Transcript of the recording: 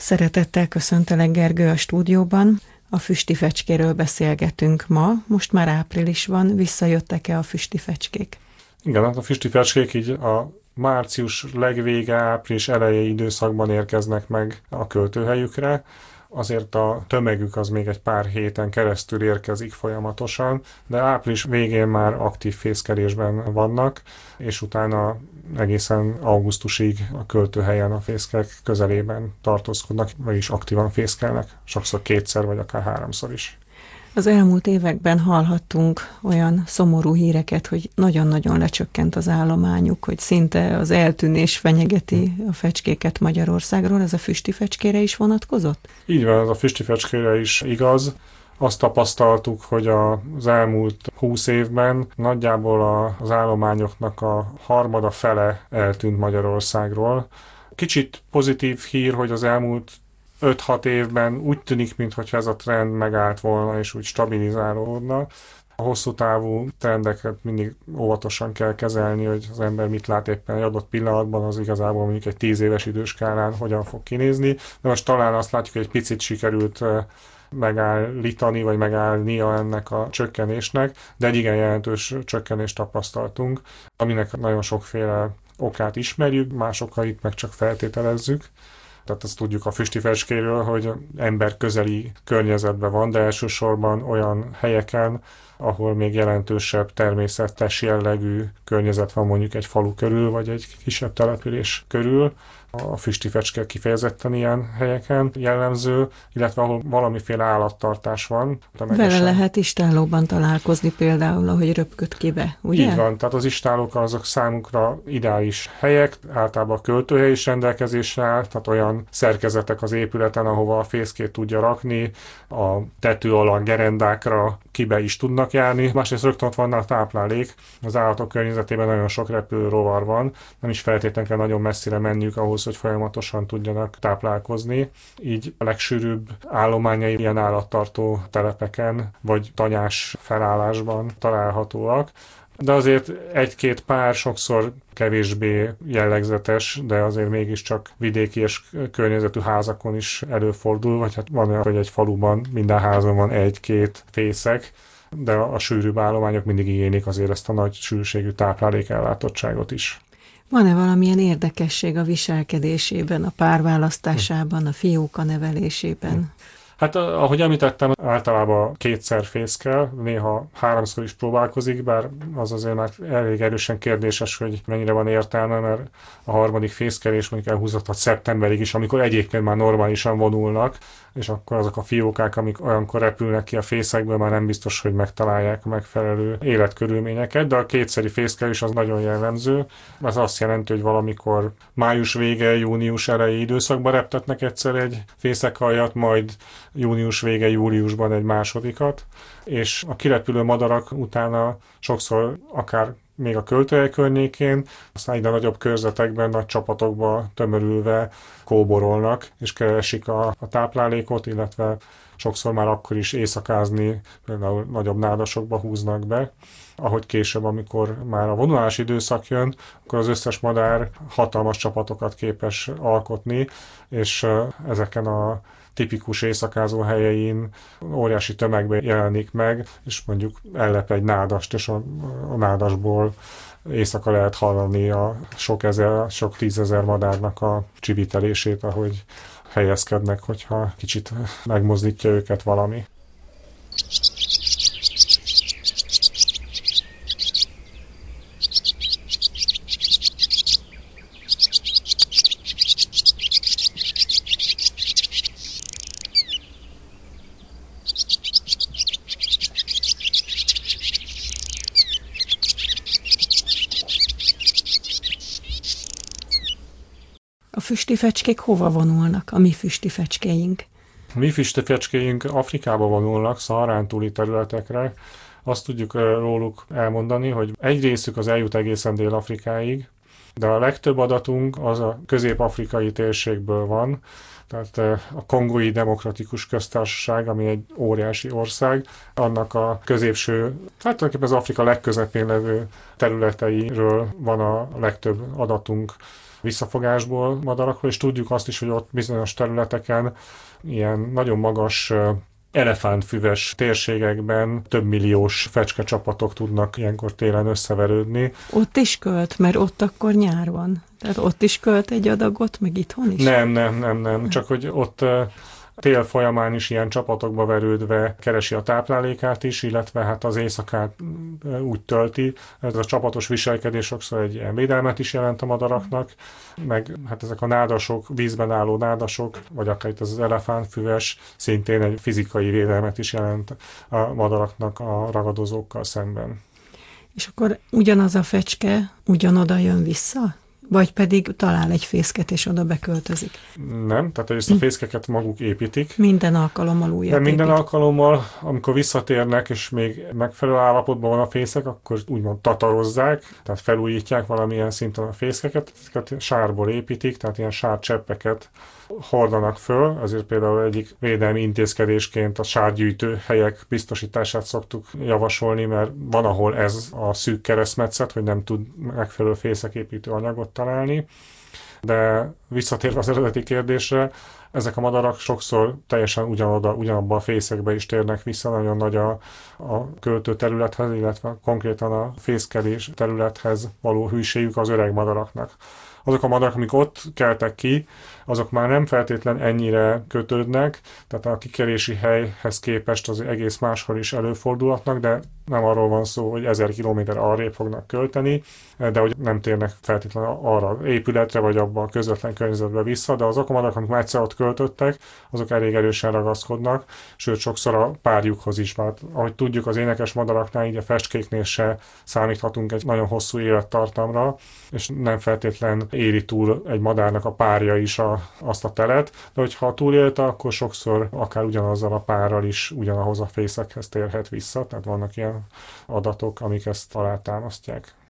Szeretettel köszöntelek, Gergő, a stúdióban. A füstifecskéről beszélgetünk ma. Most már április van, visszajöttek-e a füstifecskék? Igen, hát a füstifecskék így a március legvége, április elejé időszakban érkeznek meg a költőhelyükre. Azért a tömegük az még egy pár héten keresztül érkezik folyamatosan, de április végén már aktív fészkelésben vannak, és utána egészen augusztusig a költőhelyen a fészkek közelében tartózkodnak, vagyis aktívan fészkelnek, sokszor kétszer vagy akár háromszor is. Az elmúlt években hallhattunk olyan szomorú híreket, hogy nagyon-nagyon lecsökkent az állományuk, hogy szinte az eltűnés fenyegeti a fecskéket Magyarországról. Ez a füstifecskére is vonatkozott? Így van, ez a füstifecskére is igaz. Azt tapasztaltuk, hogy az elmúlt 20 évben nagyjából az állományoknak a harmada fele eltűnt Magyarországról. Kicsit pozitív hír, hogy az elmúlt 5-6 évben úgy tűnik, mintha ez a trend megállt volna, és úgy stabilizálódna. A hosszú távú trendeket mindig óvatosan kell kezelni, hogy az ember mit lát éppen egy adott pillanatban, az igazából mondjuk egy 10 éves időskálán hogyan fog kinézni. De most talán azt látjuk, hogy egy picit sikerült megállítani, vagy megállnia ennek a csökkenésnek, de egy igen jelentős csökkenést tapasztaltunk, aminek nagyon sokféle okát ismerjük, más okait meg csak feltételezzük. Tehát azt tudjuk a füstifecskéről, hogy ember közeli környezetben van, de elsősorban olyan helyeken, ahol még jelentősebb természetes jellegű környezet van, mondjuk egy falu körül, vagy egy kisebb település körül. A füstifecske kifejezetten ilyen helyeken jellemző, illetve ahol valamiféle állattartás van. Vele lehet istállóban találkozni például, ahogy röpköd ki be, ugye? Így van, tehát az istállók azok számukra ideális helyek, általában a költőhely is rendelkezésre áll, tehát olyan szerkezetek az épületen, ahova a fészkét tudja rakni, a tető alak gerendákra kibe is tudnak járni. Másrészt rögtön ott van a táplálék, az állatok környezetében nagyon sok repülő rovar van, nem is feltétlenül kell nagyon messzire menniük ahhoz, hogy folyamatosan tudjanak táplálkozni. Így a legsűrűbb állományai ilyen állattartó telepeken, vagy tanyás felállásban találhatóak. De azért egy-két pár sokszor kevésbé jellegzetes, de azért mégiscsak vidéki és környezetű házakon is előfordul, vagy hát van olyan, hogy egy faluban minden házon van egy-két fészek, de a sűrűbb állományok mindig igénylik azért ezt a nagy sűrűségű táplálékellátottságot is. Van-e valamilyen érdekesség a viselkedésében, a párválasztásában, a fióka nevelésében? Hát ahogy említettem, általában kétszer fészkel, néha háromszor is próbálkozik, bár az azért már elég erősen kérdéses, hogy mennyire van értelme, mert a harmadik fészkelés mondjuk elhúzhathat szeptemberig is, amikor egyébként már normálisan vonulnak, és akkor azok a fiókák, amik olyankor repülnek ki a fészekből, már nem biztos, hogy megtalálják a megfelelő életkörülményeket, de a kétszeri fészkelés az nagyon jellemző. Ez azt jelenti, hogy valamikor május vége, június elejé időszakban reptetnek egyszer egy fészekalljat, majd június vége, júliusban egy másodikat, és a kirepülő madarak utána sokszor akár még a költőhely környékén, aztán ide nagyobb körzetekben, nagy csapatokba tömörülve kóborolnak, és keresik a táplálékot, illetve sokszor már akkor is éjszakázni, például nagyobb nádasokba húznak be. Ahogy később, amikor már a vonulási időszak jön, akkor az összes madár hatalmas csapatokat képes alkotni, és ezeken a tipikus éjszakázó helyein óriási tömegben jelenik meg, és mondjuk ellep egy nádast, és a nádasból éjszaka lehet hallani a sok tízezer madárnak a csivitelését, ahogy helyezkednek, hogyha kicsit megmozdítja őket valami. A füstifecskék hova vonulnak, a mi füstifecskéink? A mi füstifecskéink Afrikába vonulnak, Szaharán túli területekre. Azt tudjuk róluk elmondani, hogy egy részük az eljut egészen Dél-Afrikáig, de a legtöbb adatunk az a közép-afrikai térségből van, tehát a Kongói Demokratikus Köztársaság, ami egy óriási ország, annak a középső, hát tulajdonképpen az Afrika legközepén levő területeiről van a legtöbb adatunk. visszafogásból madarakról, és tudjuk azt is, hogy ott bizonyos területeken ilyen nagyon magas elefántfüves térségekben több milliós fecskecsapatok tudnak ilyenkor télen összeverődni. Ott is költ, mert ott akkor nyár van. Tehát ott is költ egy adagot, meg itthon is? Nem. Csak hogy ott tél folyamán is ilyen csapatokba verődve keresi a táplálékát is, illetve hát az éjszakát úgy tölti. Ez a csapatos viselkedés sokszor egy ilyen védelmet is jelent a madaraknak, meg hát ezek a nádasok, vízben álló nádasok, vagy akár itt az elefántfüves, szintén egy fizikai védelmet is jelent a madaraknak a ragadozókkal szemben. És akkor ugyanaz a fecske ugyanoda jön vissza? Vagy pedig talál egy fészket, és oda beköltözik? Nem, tehát egyrészt a fészkeket maguk építik. Minden alkalommal újat De minden épít. alkalommal, amikor visszatérnek, és még megfelelő állapotban van a fészek, akkor úgymond tatarozzák, tehát felújítják valamilyen szinten a fészkeket, ezeket sárból építik, tehát ilyen sárcseppeket hordanak föl, azért például egyik védelmi intézkedésként a sárgyűjtő helyek biztosítását szoktuk javasolni, mert van, ahol ez a szűk keresztmetszet, hogy nem tud megfelelő fészeképítő anyagot találni. De visszatérve az eredeti kérdésre, ezek a madarak sokszor teljesen ugyanabba a fészekbe is térnek vissza, nagyon nagy a költő területhez, illetve konkrétan a fészkelés területhez való hűségük az öreg madaraknak. Azok a madarak, amik ott keltek ki, azok már nem feltétlen ennyire kötődnek, tehát a kikerési helyhez képest az egész máshol is előfordulhatnak, de nem arról van szó, hogy 1000 kilométer arrébb fognak költeni, de hogy nem térnek feltétlenül arra az épületre, vagy abba a közvetlen környezetbe vissza, de azok a madarak, amik már egyszer ott költöttek, azok elég erősen ragaszkodnak, sőt sokszor a párjukhoz is, mert ahogy tudjuk, az énekes madaraknál, így a fecskéknél se számíthatunk egy nagyon hosszú élettartamra, és nem feltétlen éri túl egy madárnak a párja is azt a telet, de hogyha túlélte, akkor sokszor akár ugyanazzal a párral is ugyanahoz a fészekhez térhet vissza, tehát vannak ilyen adatok, amik ezt alátámasztják.